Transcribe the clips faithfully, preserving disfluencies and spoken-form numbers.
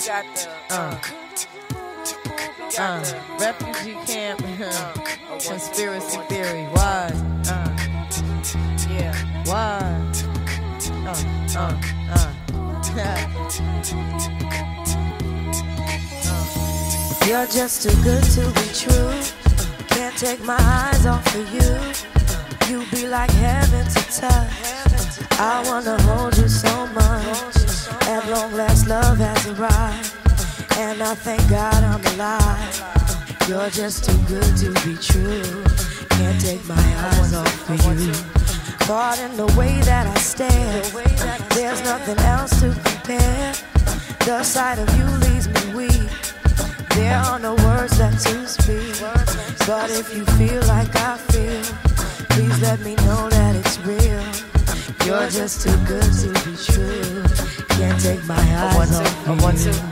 Uh, uh, refugee camp, conspiracy theory. Why? Uh, yeah. Why? Uh, uh, uh. You're just too good to be true. Can't take my eyes off of you. You be like heaven to touch. I wanna hold you so much. At long last, love has arrived, and I thank God I'm alive. You're just too good to be true. Can't take my eyes off of you. Caught in the way that I stare. There's nothing else to compare. The sight of you leaves me weak. There are no words left to speak. But if you feel like I feel, please let me know that it's real. You're just too good to be true. Can't take my eyes off of you.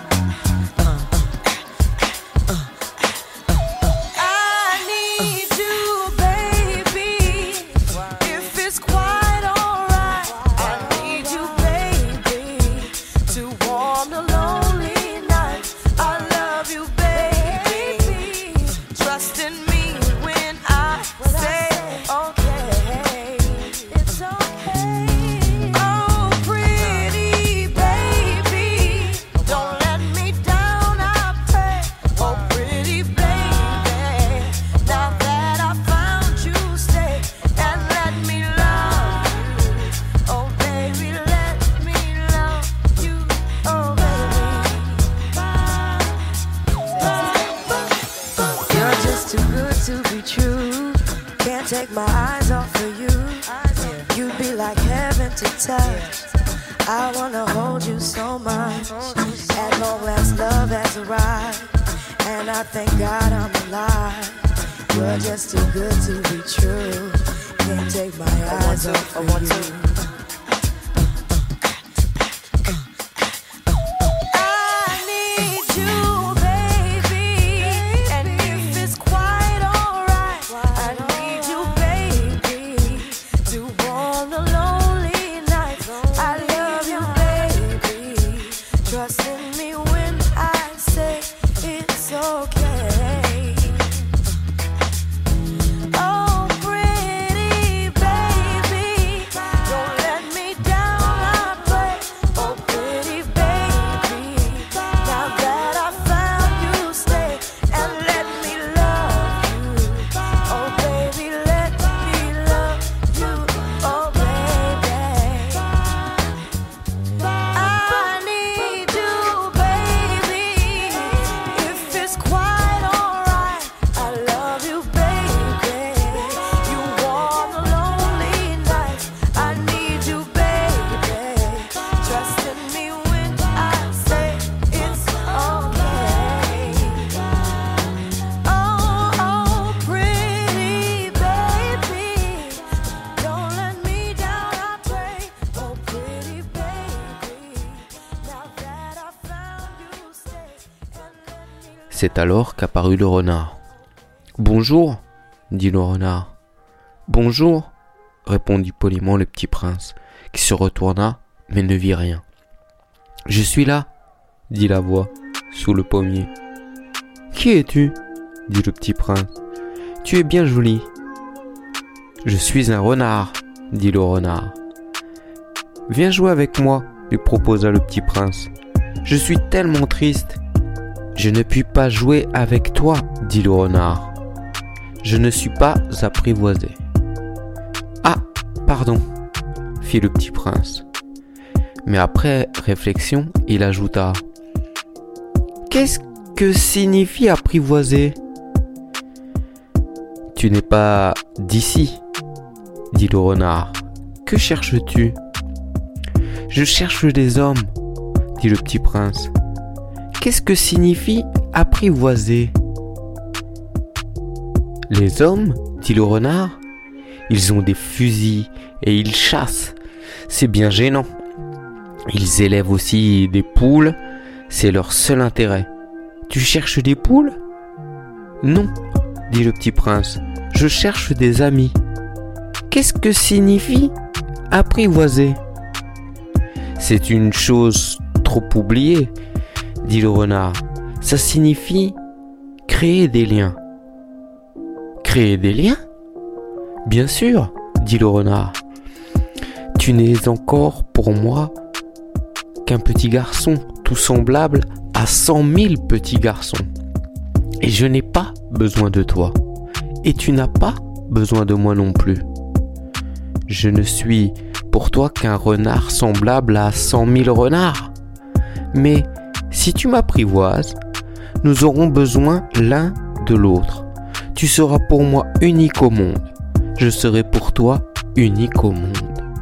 Take my eyes off of you. You'd be like heaven to touch. I wanna hold you so much. At long last, love has arrived, and I thank God I'm alive. You're just too good to be true. Can't take my eyes off of you. C'est alors qu'apparut le renard. « Bonjour, dit le renard. « Bonjour, répondit poliment le petit prince, qui se retourna, mais ne vit rien. « Je suis là, dit la voix, sous le pommier. « Qui es-tu ? dit le petit prince. « Tu es bien joli. »« Je suis un renard, dit le renard. « Viens jouer avec moi, lui proposa le petit prince. « Je suis tellement triste. »« Je ne puis pas jouer avec toi, dit le renard. Je ne suis pas apprivoisé. »« Ah, pardon, fit le petit prince. Mais après réflexion, il ajouta : « Qu'est-ce que signifie apprivoiser ? » ?»« Tu n'es pas d'ici, dit le renard. Que cherches-tu ? » ?»« Je cherche des hommes, dit le petit prince. Qu'est-ce que signifie apprivoiser ? Les hommes, dit le renard, ils ont des fusils et ils chassent. C'est bien gênant. Ils élèvent aussi des poules, c'est leur seul intérêt. Tu cherches des poules ? Non, dit le petit prince, je cherche des amis. Qu'est-ce que signifie apprivoiser ? C'est une chose trop oubliée. dit le renard. Ça signifie créer des liens. Créer des liens ? Bien sûr, dit le renard. Tu n'es encore pour moi qu'un petit garçon, tout semblable à cent mille petits garçons. Et je n'ai pas besoin de toi. Et tu n'as pas besoin de moi non plus. Je ne suis pour toi qu'un renard semblable à cent mille renards. Mais si tu m'apprivoises, nous aurons besoin l'un de l'autre. Tu seras pour moi unique au monde. Je serai pour toi unique au monde.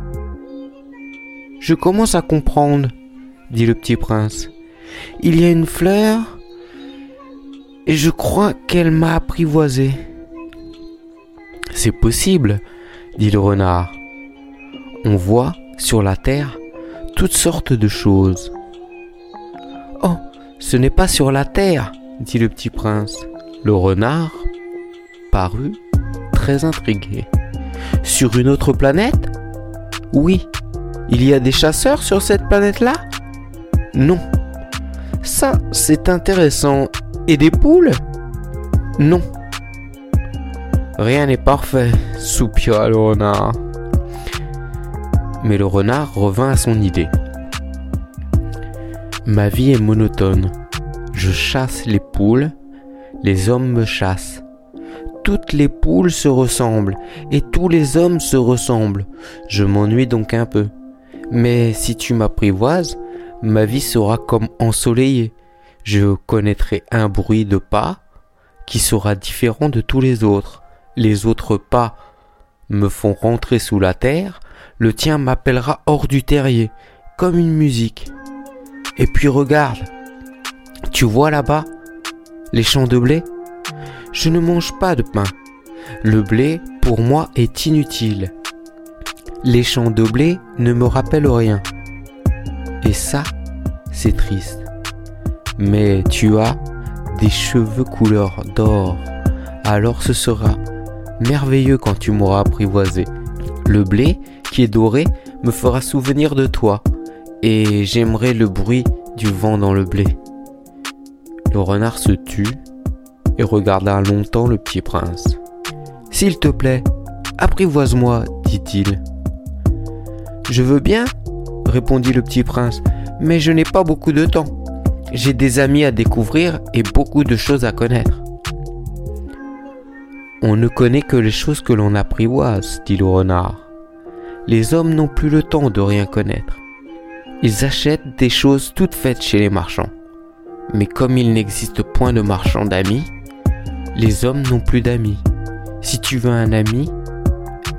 Je commence à comprendre, dit le petit prince. Il y a une fleur et je crois qu'elle m'a apprivoisé. C'est possible, dit le renard. On voit sur la terre toutes sortes de choses. Oh, ce n'est pas sur la terre, dit le petit prince. Le renard parut très intrigué. Sur une autre planète ? Oui. Il y a des chasseurs sur cette planète-là ? Non. Ça, c'est intéressant. Et des poules ? Non. Rien n'est parfait, soupira le renard. Mais le renard revint à son idée. Ma vie est monotone. Je chasse les poules, les hommes me chassent. Toutes les poules se ressemblent et tous les hommes se ressemblent. Je m'ennuie donc un peu. Mais si tu m'apprivoises, ma vie sera comme ensoleillée. Je connaîtrai un bruit de pas qui sera différent de tous les autres. Les autres pas me font rentrer sous la terre, le tien m'appellera hors du terrier, comme une musique. Et puis regarde, tu vois là-bas, les champs de blé ? Je ne mange pas de pain. Le blé, pour moi, est inutile. Les champs de blé ne me rappellent rien. Et ça, c'est triste. Mais tu as des cheveux couleur d'or. Alors ce sera merveilleux quand tu m'auras apprivoisé. Le blé, qui est doré, me fera souvenir de toi. Et j'aimerais le bruit du vent dans le blé. Le renard se tut et regarda longtemps le petit prince. « S'il te plaît, apprivoise-moi, dit-il. »« Je veux bien, répondit le petit prince, mais je n'ai pas beaucoup de temps. J'ai des amis à découvrir et beaucoup de choses à connaître. »« On ne connaît que les choses que l'on apprivoise, dit le renard. Les hommes n'ont plus le temps de rien connaître. Ils achètent des choses toutes faites chez les marchands. Mais comme il n'existe point de marchands d'amis, les hommes n'ont plus d'amis. Si tu veux un ami, apprivoise-moi. »«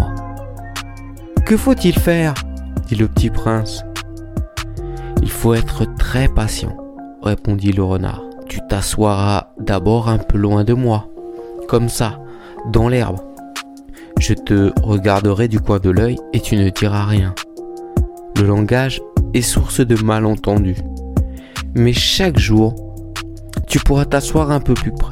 Que faut-il faire ? dit le petit prince. »« Il faut être très patient, répondit le renard. Tu t'assoiras d'abord un peu loin de moi, comme ça, dans l'herbe. Je te regarderai du coin de l'œil et tu ne diras rien. Le langage est source de malentendus. Mais chaque jour, tu pourras t'asseoir un peu plus près. »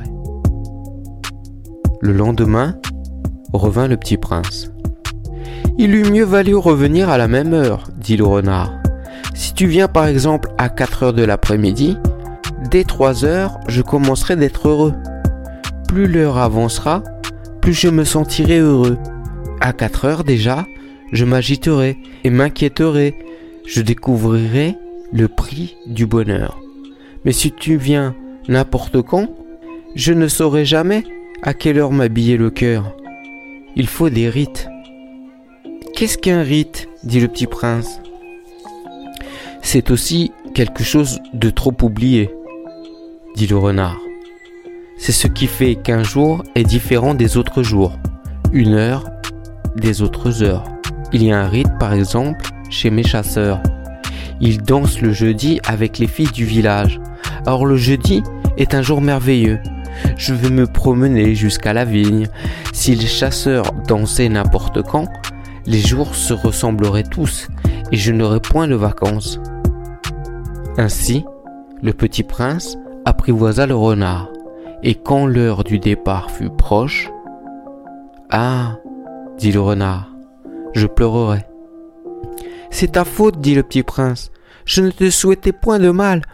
Le lendemain, revint le petit prince. « Il eût mieux valu revenir à la même heure, dit le renard. Si tu viens par exemple à quatre heures de l'après-midi, dès trois heures, je commencerai d'être heureux. Plus l'heure avancera, plus je me sentirai heureux. À quatre heures déjà, je m'agiterai et m'inquiéterai. Je découvrirai le prix du bonheur. Mais si tu viens n'importe quand, je ne saurai jamais à quelle heure m'habiller le cœur. Il faut des rites. »« Qu'est-ce qu'un rite ? dit le petit prince. »« C'est aussi quelque chose de trop oublié, dit le renard. C'est ce qui fait qu'un jour est différent des autres jours, une heure des autres heures. Il y a un rite par exemple chez mes chasseurs. Ils dansent le jeudi avec les filles du village. Or le jeudi est un jour merveilleux. Je vais me promener jusqu'à la vigne. Si les chasseurs dansaient n'importe quand, les jours se ressembleraient tous et je n'aurais point de vacances. » Ainsi, le petit prince apprivoisa le renard. Et quand l'heure du départ fut proche, « Ah, dit le renard, je pleurerai. »« C'est ta faute, dit le petit prince. Je ne te souhaitais point de mal,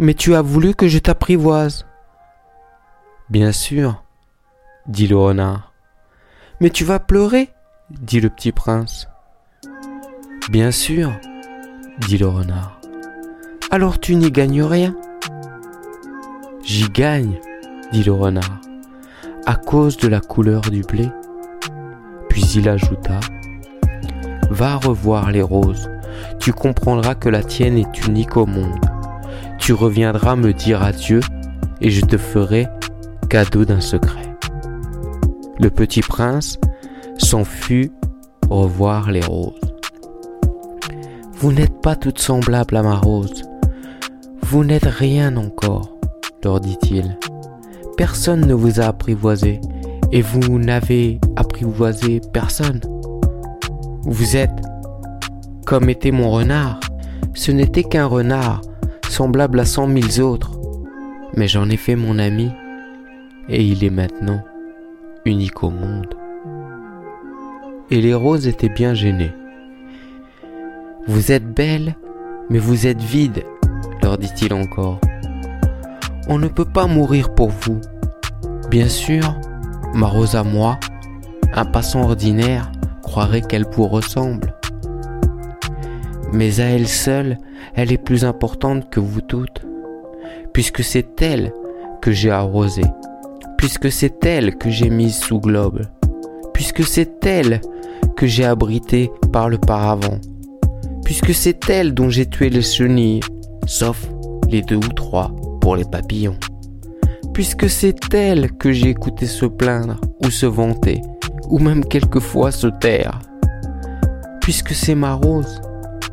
Mais tu as voulu que je t'apprivoise. Bien sûr, dit le renard. Mais tu vas pleurer, dit le petit prince. Bien sûr, dit le renard. Alors tu n'y gagnes rien. J'y gagne, dit le renard, à cause de la couleur du blé. Puis il ajouta, va revoir les roses, tu comprendras que la tienne est unique au monde. Tu reviendras me dire adieu et je te ferai cadeau d'un secret. Le petit prince s'en fut revoir les roses. Vous n'êtes pas toutes semblables à ma rose. Vous n'êtes rien encore, leur dit-il. Personne ne vous a apprivoisé et vous n'avez apprivoisé personne. Vous êtes comme était mon renard. Ce n'était qu'un renard, semblable à cent mille autres. Mais j'en ai fait mon ami et il est maintenant unique au monde. Et les roses étaient bien gênées. Vous êtes belles, mais vous êtes vides, leur dit-il encore. On ne peut pas mourir pour vous. Bien sûr, ma rose à moi, un passant ordinaire croirait qu'elle vous ressemble. Mais à elle seule, elle est plus importante que vous toutes, puisque c'est elle que j'ai arrosée, puisque c'est elle que j'ai mise sous globe, puisque c'est elle que j'ai abritée par le paravent, puisque c'est elle dont j'ai tué les chenilles, sauf les deux ou trois pour les papillons, puisque c'est elle que j'ai écouté se plaindre ou se vanter, ou même quelquefois se taire, puisque c'est ma rose.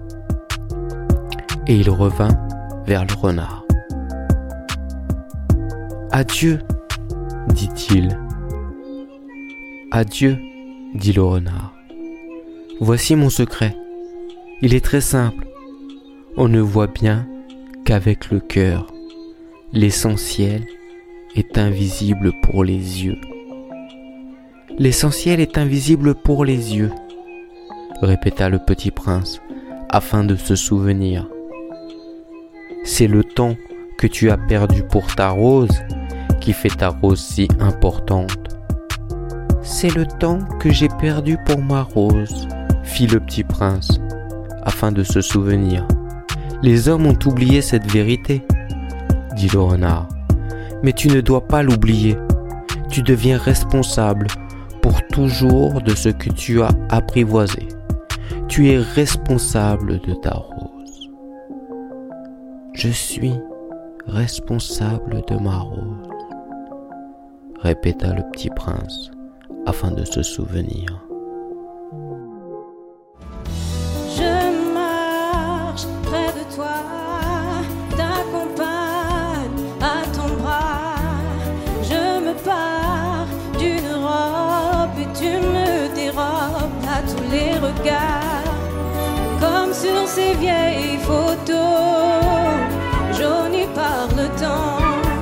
Et il revint vers le renard. Adieu, dit-il. Adieu, dit le renard. Voici mon secret. Il est très simple. On ne voit bien qu'avec le cœur. L'essentiel est invisible pour les yeux. L'essentiel est invisible pour les yeux, répéta le petit prince, afin de se souvenir. C'est le temps que tu as perdu pour ta rose qui fait ta rose si importante. C'est le temps que j'ai perdu pour ma rose, fit le petit prince, afin de se souvenir. Les hommes ont oublié cette vérité, dit le renard. Mais tu ne dois pas l'oublier. Tu deviens responsable pour toujours de ce que tu as apprivoisé. Tu es responsable de ta rose. Je suis responsable de ma rose, répéta le petit prince, afin de se souvenir. Je marche près de toi, t'accompagne à ton bras. Je me pars d'une robe et tu me dérobes à tous les regards. Comme sur ces vieilles photos jaunies par le temps,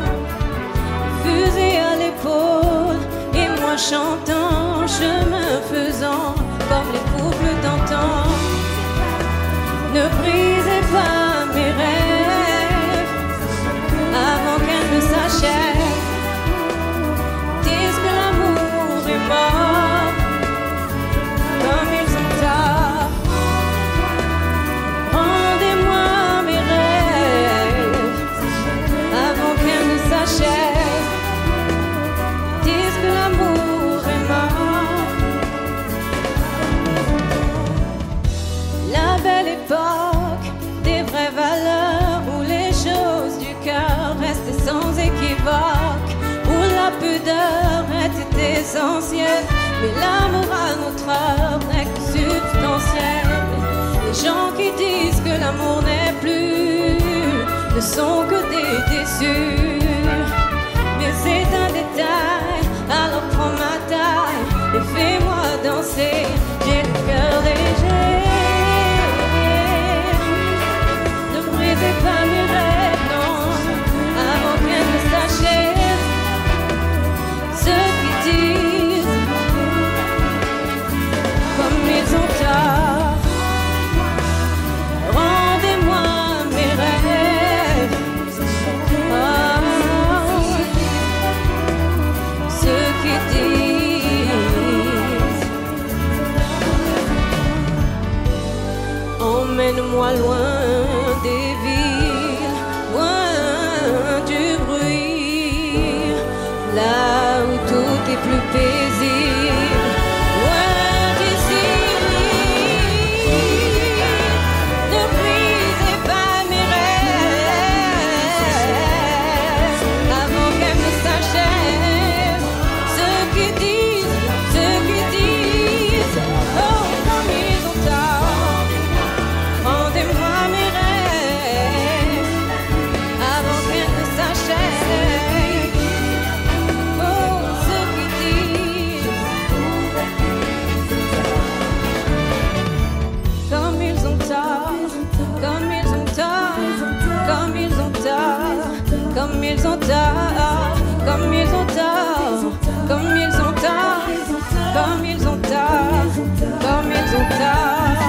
fusée à l'épaule et moi chantant, chemin faisant comme les couples d'antan. Ne brisez pas mes rêves avant qu'elle ne s'achève. Disent que l'amour est mort comme ils ont tort. Rendez-moi mes rêves avant qu'elle ne s'achève. Disent que l'amour est mort. La belle époque des vraies valeurs, où les choses du cœur restaient sans équivoque, où la pudeur était essentielle, mais l'amour à notre heure n'est que substantiel. Les gens qui disent que l'amour n'est plus ne sont que des déçus. Mais c'est un détail, alors prends ma taille et fais-moi danser. J'ai le cœur léger. Ne brisez pas mes rêves, non, avant qu'elle ne s'achève. Ceux qui disent comme ils ont tort. Rendez-moi mes rêves emmène-moi loin des villes, loin du bruit, là où tout est plus paisible, loin d'ici. Ne brisez pas mes rêves avant qu'elle ne s'achève. Ceux qui disent, ceux qui disent, oh comme ils ont tort. Rendez-moi mes rêves avant qu'elle ne s'achève. Oh ceux qui disent, comme ils ont tort, comme ils ont tort, comme ils ont tort, comme ils ont tort, comme ils ont tort, comme ils ont tort, comme ils ont tort, comme ils ont tort.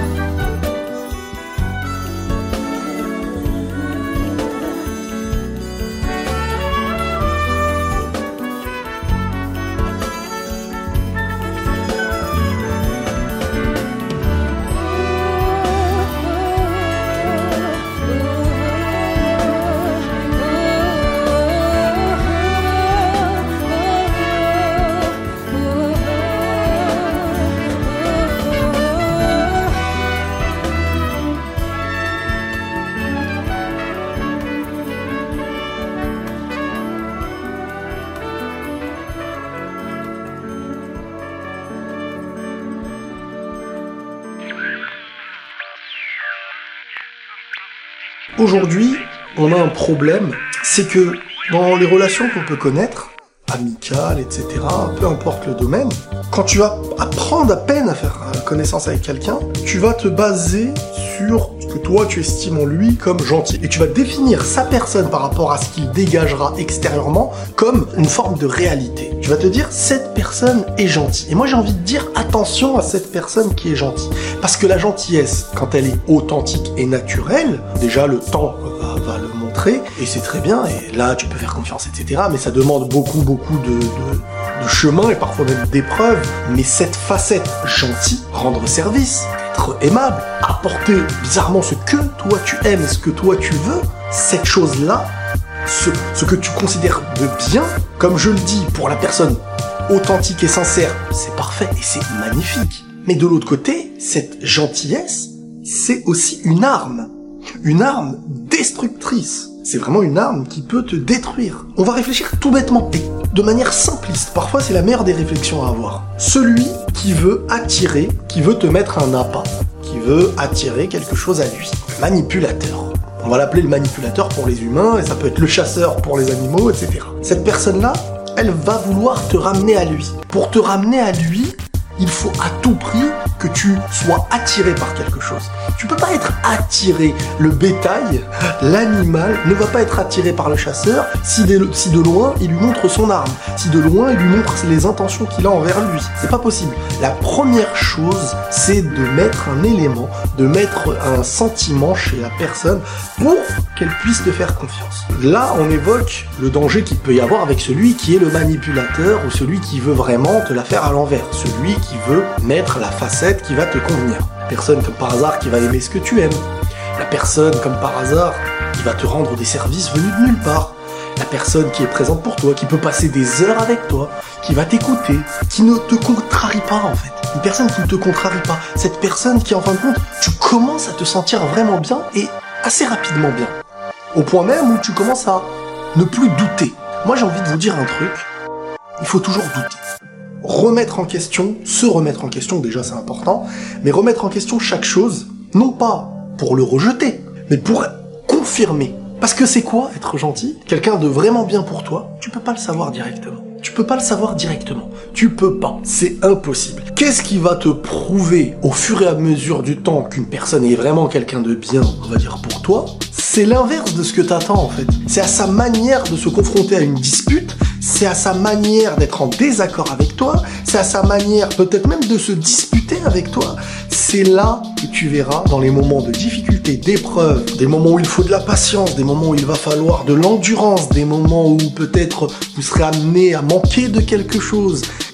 Aujourd'hui, on a un problème, c'est que dans les relations qu'on peut connaître, amicales, et cetera, peu importe le domaine, quand tu vas apprendre à peine à faire connaissance avec quelqu'un, tu vas te baser sur ce que toi tu estimes en lui comme gentil. Et tu vas définir sa personne par rapport à ce qu'il dégagera extérieurement comme une forme de réalité. Tu vas te dire, cette personne est gentille. Et moi j'ai envie de dire, attention à cette personne qui est gentille. Parce que la gentillesse, quand elle est authentique et naturelle, déjà le temps va, va le montrer, et c'est très bien, et là tu peux faire confiance, et cetera. Mais ça demande beaucoup, beaucoup de, de, de chemin, et parfois même d'épreuves. Mais cette facette gentille, rendre service, être aimable, apporter bizarrement ce que toi tu aimes, ce que toi tu veux, cette chose-là, ce, ce que tu considères de bien, comme je le dis, pour la personne authentique et sincère, c'est parfait et c'est magnifique. Mais de l'autre côté, cette gentillesse, c'est aussi une arme. Une arme destructrice. C'est vraiment une arme qui peut te détruire. On va réfléchir tout bêtement et de manière simpliste. Parfois, c'est la meilleure des réflexions à avoir. Celui qui veut attirer, qui veut te mettre un appât, qui veut attirer quelque chose à lui. Le manipulateur. On va l'appeler le manipulateur pour les humains, et ça peut être le chasseur pour les animaux, et cetera. Cette personne-là, elle va vouloir te ramener à lui. Pour te ramener à lui, il faut à tout prix que tu sois attiré par quelque chose. Tu peux pas être attiré. Le bétail, l'animal, ne va pas être attiré par le chasseur si de, si de loin, il lui montre son arme. Si de loin, il lui montre les intentions qu'il a envers lui. C'est pas possible. La première chose, c'est de mettre un élément, de mettre un sentiment chez la personne pour qu'elle puisse te faire confiance. Là, on évoque le danger qu'il peut y avoir avec celui qui est le manipulateur ou celui qui veut vraiment te la faire à l'envers. Celui qui veut mettre la facette qui va te convenir. La personne comme par hasard qui va aimer ce que tu aimes. La personne comme par hasard qui va te rendre des services venus de nulle part. La personne qui est présente pour toi, qui peut passer des heures avec toi, qui va t'écouter, qui ne te contrarie pas en fait. Une personne qui ne te contrarie pas. Cette personne qui en fin de compte, tu commences à te sentir vraiment bien et assez rapidement bien. Au point même où tu commences à ne plus douter. Moi j'ai envie de vous dire un truc, il faut toujours douter. Remettre en question, se remettre en question, déjà c'est important, mais remettre en question chaque chose, non pas pour le rejeter, mais pour confirmer. Parce que c'est quoi être gentil? Quelqu'un de vraiment bien pour toi, tu peux pas le savoir directement. Tu peux pas le savoir directement. Tu peux pas. C'est impossible. Qu'est-ce qui va te prouver au fur et à mesure du temps qu'une personne est vraiment quelqu'un de bien, on va dire pour toi? C'est l'inverse de ce que t'attends en fait. C'est à sa manière de se confronter à une dispute, c'est à sa manière d'être en désaccord avec toi, c'est à sa manière peut-être même de se disputer avec toi. C'est là que tu verras dans les moments de difficulté, d'épreuve, des moments où il faut de la patience, des moments où il va falloir de l'endurance, des moments où peut-être vous serez amené à manquer de quelque chose.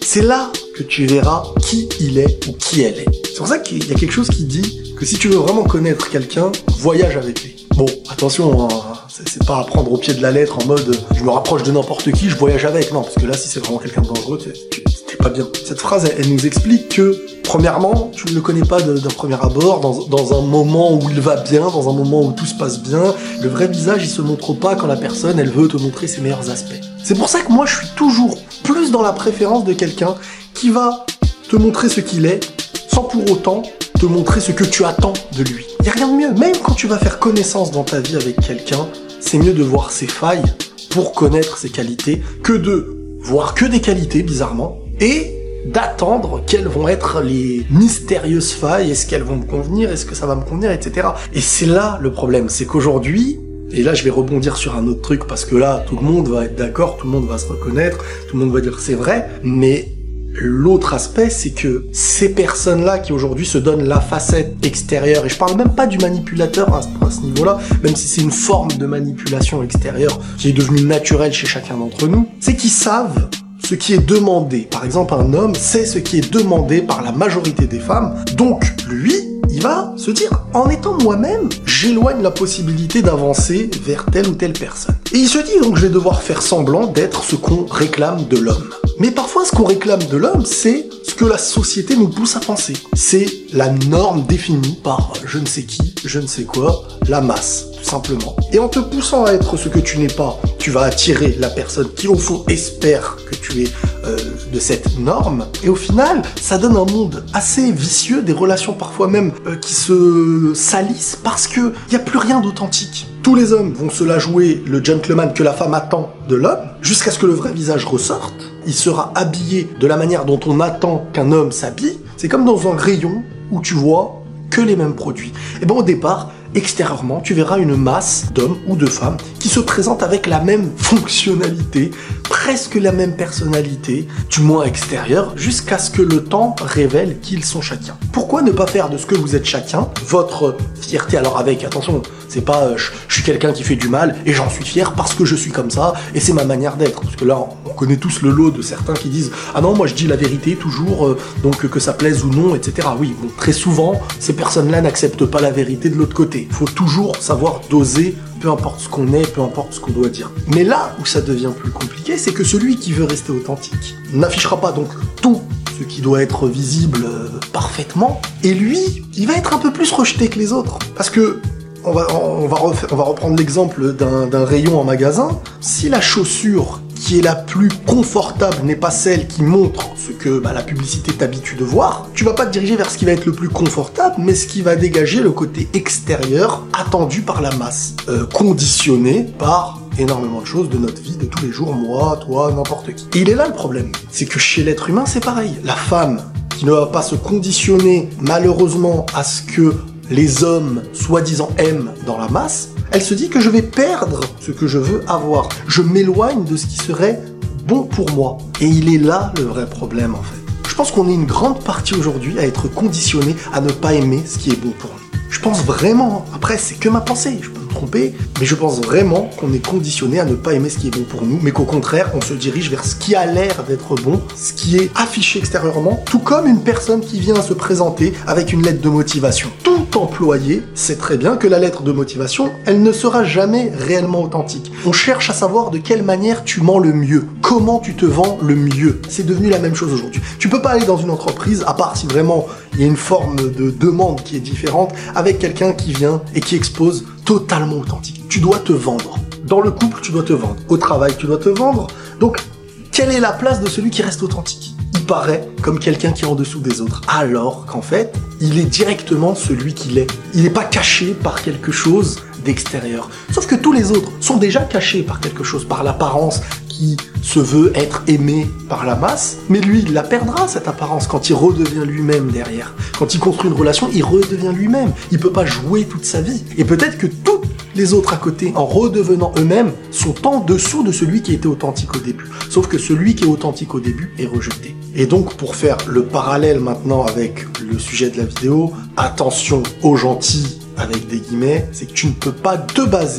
c'est là que tu verras qui il est ou qui elle est. C'est pour ça qu'il y a quelque chose qui dit que si tu veux vraiment connaître quelqu'un, voyage avec lui. Bon, attention, hein, c'est, c'est pas à prendre au pied de la lettre en mode je me rapproche de n'importe qui, je voyage avec. Non, parce que là, si c'est vraiment quelqu'un de dangereux, t'es, t'es pas bien. Cette phrase, elle, elle nous explique que, premièrement, tu ne le connais pas de, d'un premier abord, dans, dans un moment où il va bien, dans un moment où tout se passe bien. Le vrai visage, il se montre pas quand la personne, elle veut te montrer ses meilleurs aspects. C'est pour ça que moi, je suis toujours plus dans la préférence de quelqu'un qui va te montrer ce qu'il est, sans pour autant te montrer ce que tu attends de lui. Il n'y a rien de mieux. Même quand tu vas faire connaissance dans ta vie avec quelqu'un, c'est mieux de voir ses failles pour connaître ses qualités que de voir que des qualités, bizarrement, et d'attendre quelles vont être les mystérieuses failles, est-ce qu'elles vont me convenir, est-ce que ça va me convenir, et cetera. Et c'est là le problème, c'est qu'aujourd'hui, et là je vais rebondir sur un autre truc, parce que là, tout le monde va être d'accord, tout le monde va se reconnaître, tout le monde va dire c'est vrai, mais l'autre aspect, c'est que ces personnes-là qui aujourd'hui se donnent la facette extérieure, et je parle même pas du manipulateur à ce, à ce niveau-là, même si c'est une forme de manipulation extérieure qui est devenue naturelle chez chacun d'entre nous, c'est qu'ils savent ce qui est demandé. Par exemple, un homme sait ce qui est demandé par la majorité des femmes, donc lui, il va se dire, en étant moi-même, j'éloigne la possibilité d'avancer vers telle ou telle personne. Et il se dit donc, je vais devoir faire semblant d'être ce qu'on réclame de l'homme. Mais parfois, ce qu'on réclame de l'homme, c'est ce que la société nous pousse à penser. C'est la norme définie par je ne sais qui, je ne sais quoi, la masse, tout simplement. Et en te poussant à être ce que tu n'es pas, tu vas attirer la personne qui, au fond, espère que tu es euh, de cette norme. Et au final, ça donne un monde assez vicieux, des relations parfois même euh, qui se salissent parce qu'il n'y a plus rien d'authentique. Tous les hommes vont se la jouer le gentleman que la femme attend de l'homme, jusqu'à ce que le vrai visage ressorte. Il sera habillé de la manière dont on attend qu'un homme s'habille. C'est comme dans un rayon où tu vois que les mêmes produits. Et bien au départ, extérieurement, tu verras une masse d'hommes ou de femmes qui se présentent avec la même fonctionnalité, presque la même personnalité, du moins extérieure, jusqu'à ce que le temps révèle qu'ils sont chacun. Pourquoi ne pas faire de ce que vous êtes chacun votre fierté? Alors avec, attention, c'est pas euh, je, je suis quelqu'un qui fait du mal et j'en suis fier parce que je suis comme ça et c'est ma manière d'être. Parce que là, on connaît tous le lot de certains qui disent ah non, moi je dis la vérité toujours, euh, donc que ça plaise ou non, et cetera. Oui, bon, très souvent, ces personnes-là n'acceptent pas la vérité de l'autre côté. Il faut toujours savoir doser, peu importe ce qu'on est, peu importe ce qu'on doit dire. Mais là où ça devient plus compliqué, c'est que celui qui veut rester authentique n'affichera pas donc tout ce qui doit être visible euh, parfaitement, et lui, il va être un peu plus rejeté que les autres. Parce que On va, on, va refaire, on va reprendre l'exemple d'un, d'un rayon en magasin. Si la chaussure qui est la plus confortable n'est pas celle qui montre ce que bah, la publicité t'habitue de voir, tu vas pas te diriger vers ce qui va être le plus confortable, mais ce qui va dégager le côté extérieur attendu par la masse, euh, conditionné par énormément de choses de notre vie de tous les jours, moi, toi, n'importe qui. Et il est là le problème, c'est que chez l'être humain c'est pareil. La femme qui ne va pas se conditionner malheureusement à ce que les hommes, soi-disant, aiment dans la masse, elle se dit que je vais perdre ce que je veux avoir. Je m'éloigne de ce qui serait bon pour moi. Et il est là le vrai problème, en fait. Je pense qu'on est une grande partie aujourd'hui à être conditionné à ne pas aimer ce qui est bon pour nous. Je pense vraiment, après c'est que ma pensée, je peux me tromper, mais je pense vraiment qu'on est conditionné à ne pas aimer ce qui est bon pour nous, mais qu'au contraire, on se dirige vers ce qui a l'air d'être bon, ce qui est affiché extérieurement, tout comme une personne qui vient se présenter avec une lettre de motivation. Tout employé sait très bien que la lettre de motivation, elle ne sera jamais réellement authentique. On cherche à savoir de quelle manière tu mens le mieux, comment tu te vends le mieux. C'est devenu la même chose aujourd'hui. Tu peux pas aller dans une entreprise, à part si vraiment il y a une forme de demande qui est différente, avec quelqu'un qui vient et qui expose totalement authentique. Tu dois te vendre. Dans le couple, tu dois te vendre. Au travail, tu dois te vendre. Donc, quelle est la place de celui qui reste authentique ? Il paraît comme quelqu'un qui est en dessous des autres. Alors qu'en fait, il est directement celui qu'il est. Il n'est pas caché par quelque chose d'extérieur. Sauf que tous les autres sont déjà cachés par quelque chose, par l'apparence qui se veut être aimé par la masse, mais lui, il la perdra, cette apparence, quand il redevient lui-même derrière. Quand il construit une relation, il redevient lui-même. Il peut pas jouer toute sa vie. Et peut-être que tous les autres à côté, en redevenant eux-mêmes, sont en dessous de celui qui était authentique au début. Sauf que celui qui est authentique au début est rejeté. Et donc, pour faire le parallèle maintenant avec le sujet de la vidéo, attention aux gentils, avec des guillemets, c'est que tu ne peux pas te baser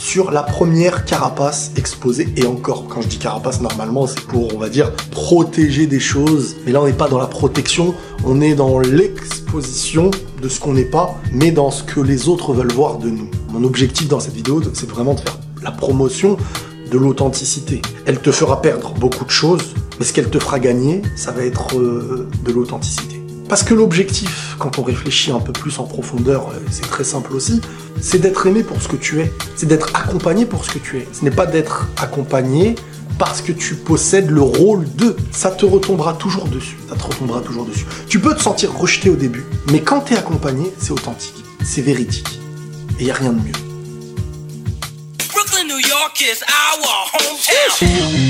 sur la première carapace exposée. Et encore, quand je dis carapace, normalement, c'est pour, on va dire, protéger des choses. Mais là, on n'est pas dans la protection, on est dans l'exposition de ce qu'on n'est pas, mais dans ce que les autres veulent voir de nous. Mon objectif dans cette vidéo, c'est vraiment de faire la promotion de l'authenticité. Elle te fera perdre beaucoup de choses, mais ce qu'elle te fera gagner, ça va être euh, de l'authenticité. Parce que l'objectif, quand on réfléchit un peu plus en profondeur, c'est très simple aussi, c'est d'être aimé pour ce que tu es. C'est d'être accompagné pour ce que tu es. Ce n'est pas d'être accompagné parce que tu possèdes le rôle de. Ça te retombera toujours dessus. Ça te retombera toujours dessus. Tu peux te sentir rejeté au début, mais quand tu es accompagné, c'est authentique. C'est véridique. Et il n'y a rien de mieux. Brooklyn, New York is our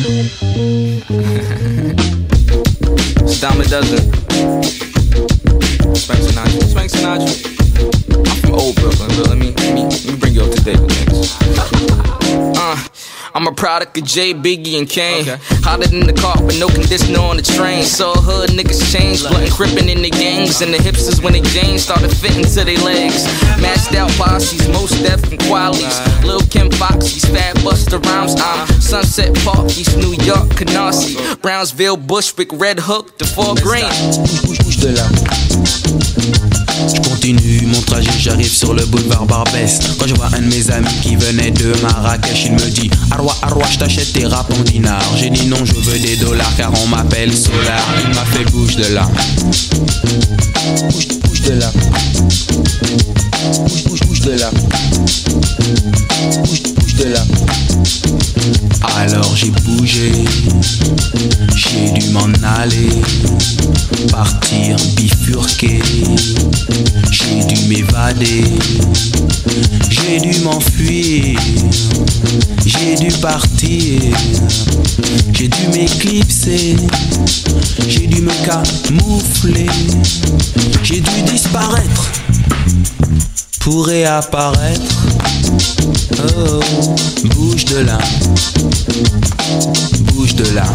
hometown. Dime a dozen. Spank Sinatra. Spank Sinatra. I'm from old Brooklyn, but let me, let me, let me bring you up to date with things. Uh, I'm a product of J, Biggie, and Kane. Okay. Hotter than the car, but no conditioner on the train. So hood niggas change, blood and crippin' in the gangs. And the hipsters when they games started fitting to their legs. Mashed out posses, most deaf and qualities. Lil' Kim Foxy's, Fat Busta Rhymes. I'm Sunset Park, East New York, Canarsie. Brownsville, Bushwick, Red Hook, the Fort Greene. Bouge, bouge de là. Je continue mon trajet, j'arrive sur le boulevard Barbès. Quand je vois un de mes amis qui venait de Marrakech, il me dit Arwa, Arwa, je t'achète tes rap en dinars. J'ai dit non, je veux des dollars car on m'appelle Solar. Il m'a fait bouge de là. Bouge, bouge de là. Bouge, bouge, bouge de là. Bouge, bouge de là. Alors j'ai bougé, j'ai dû m'en aller, partir bifurquer, j'ai dû m'évader, j'ai dû m'enfuir, j'ai dû partir, j'ai dû m'éclipser, j'ai dû me camoufler, j'ai dû disparaître pour réapparaître. Oh, bouge de là, bouge de là.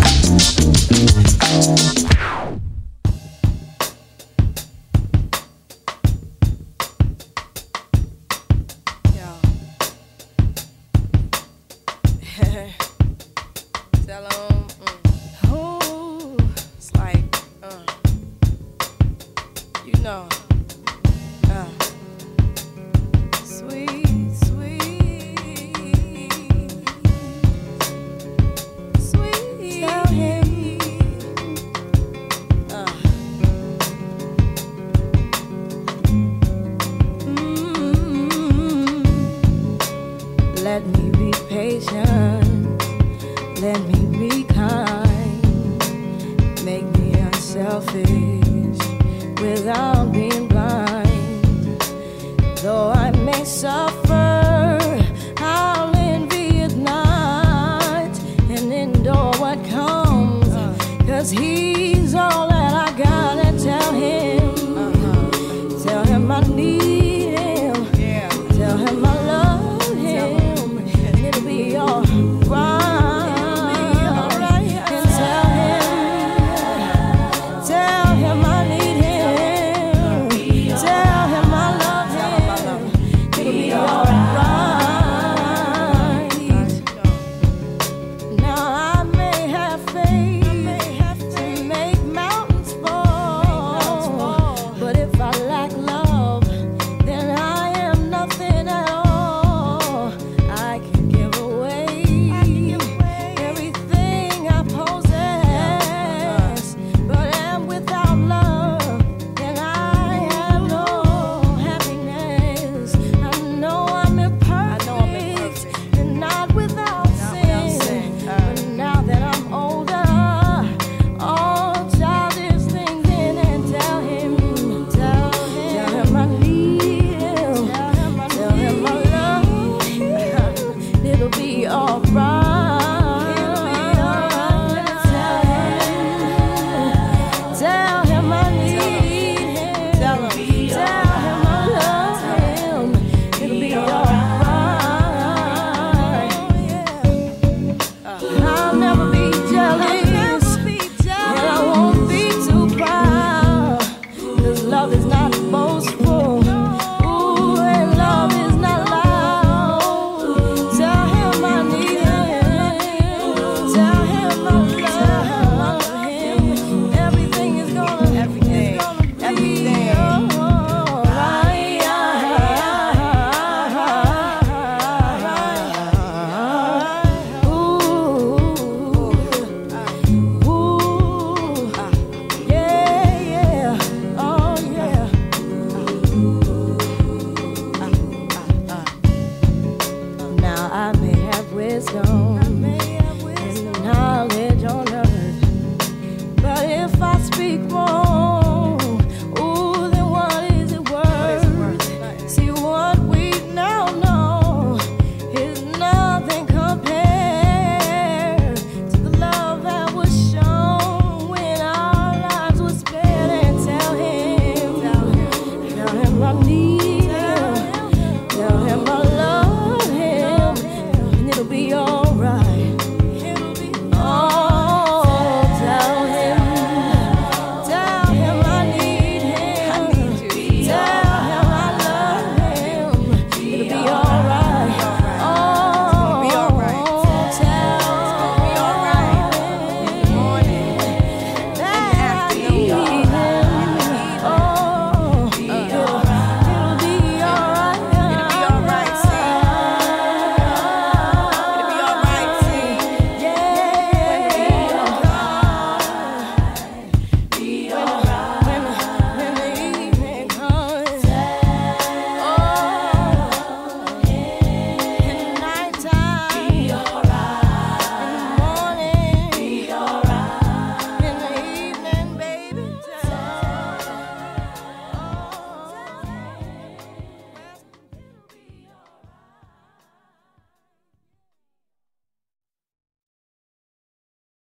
Let me be patient, let me be kind, make me unselfish without being blind. Though I may suffer, I'll envy at night and endure what comes, cause he's all that I got. And tell him, uh-huh. Tell him I need him, yeah. Tell him I love him. It'll be all I need.